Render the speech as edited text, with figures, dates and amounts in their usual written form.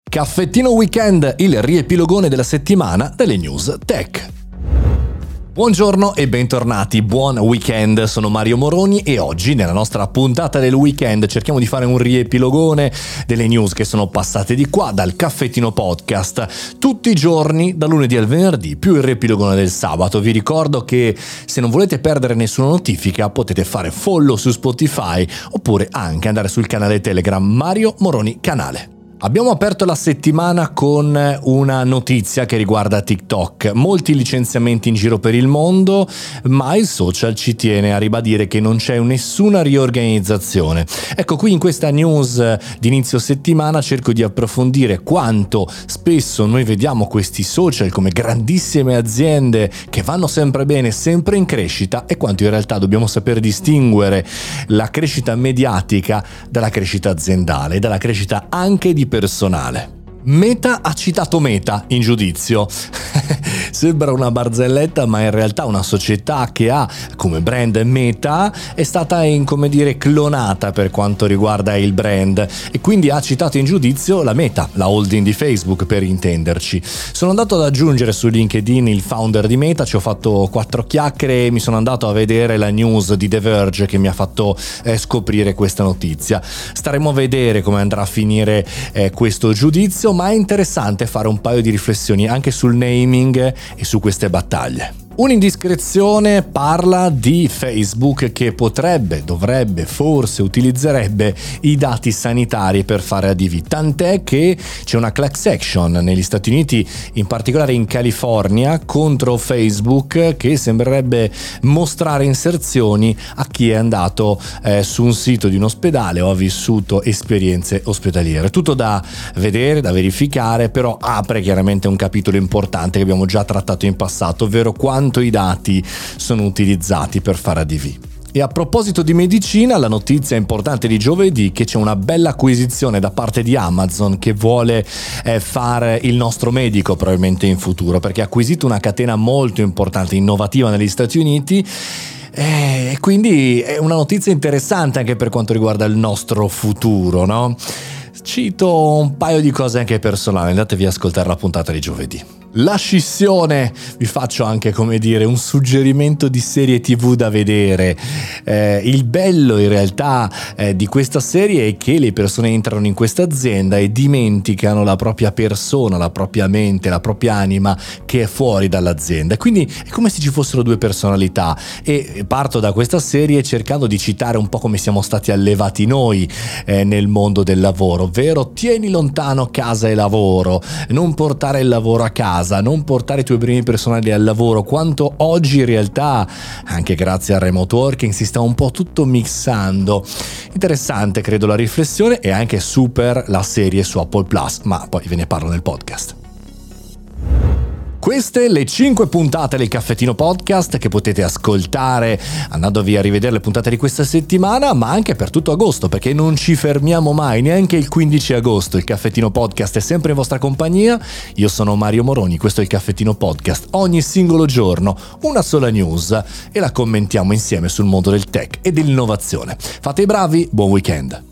Caffettino Weekend, il riepilogone della settimana delle news tech. Buongiorno e bentornati, buon weekend, sono Mario Moroni e oggi nella nostra puntata del weekend cerchiamo di fare un riepilogone delle news che sono passate di qua dal Caffettino Podcast, tutti i giorni da lunedì al venerdì più il riepilogone del sabato. Vi ricordo che se non volete perdere nessuna notifica potete fare follow su Spotify oppure anche andare sul canale Telegram Mario Moroni Canale. Abbiamo aperto la settimana con una notizia che riguarda TikTok. Molti licenziamenti in giro per il mondo, ma il social ci tiene a ribadire che non c'è nessuna riorganizzazione. Ecco, qui in questa news di inizio settimana cerco di approfondire quanto spesso noi vediamo questi social come grandissime aziende che vanno sempre bene, sempre in crescita, e quanto in realtà dobbiamo saper distinguere la crescita mediatica dalla crescita aziendale, dalla crescita anche di personale. Meta ha citato Meta in giudizio. Sembra una barzelletta, ma in realtà una società che ha come brand Meta è stata clonata per quanto riguarda il brand e quindi ha citato in giudizio la Meta, la holding di Facebook per intenderci. Sono andato ad aggiungere su LinkedIn il founder di Meta, ci ho fatto 4 chiacchiere e mi sono andato a vedere la news di The Verge che mi ha fatto scoprire questa notizia. Staremo a vedere come andrà a finire questo giudizio, ma è interessante fare un paio di riflessioni anche sul naming e su queste battaglie. Un'indiscrezione parla di Facebook che potrebbe, dovrebbe, forse utilizzerebbe i dati sanitari per fare ADV, tant'è che c'è una class action negli Stati Uniti, in particolare in California, contro Facebook che sembrerebbe mostrare inserzioni a chi è andato su un sito di un ospedale o ha vissuto esperienze ospedaliere. Tutto da vedere, da verificare, però apre chiaramente un capitolo importante che abbiamo già trattato in passato, ovvero quanto i dati sono utilizzati per fare ADV. E a proposito di medicina, la notizia importante di giovedì è che c'è una bella acquisizione da parte di Amazon che vuole fare il nostro medico probabilmente in futuro, perché ha acquisito una catena molto importante, innovativa negli Stati Uniti. E quindi è una notizia interessante anche per quanto riguarda il nostro futuro, no? Cito un paio di cose anche personali, andatevi a ascoltare la puntata di giovedì. La scissione, vi faccio anche un suggerimento di serie TV da vedere. Il bello in realtà di questa serie è che le persone entrano in questa azienda e dimenticano la propria persona, la propria mente, la propria anima che è fuori dall'azienda. Quindi è come se ci fossero due personalità e parto da questa serie cercando di citare un po' come siamo stati allevati noi nel mondo del lavoro, ovvero tieni lontano casa e lavoro, non portare il lavoro a casa, non portare i tuoi problemi personali al lavoro, quanto oggi in realtà anche grazie al remote working si sta un po' tutto mixando. Interessante credo la riflessione e anche super la serie su Apple Plus, ma poi ve ne parlo nel podcast. Queste le 5 puntate del Caffettino Podcast che potete ascoltare andandovi a rivedere le puntate di questa settimana, ma anche per tutto agosto, perché non ci fermiamo mai, neanche il 15 agosto. Il Caffettino Podcast è sempre in vostra compagnia. Io sono Mario Moroni, questo è il Caffettino Podcast. Ogni singolo giorno una sola news e la commentiamo insieme sul mondo del tech e dell'innovazione. Fate i bravi, buon weekend!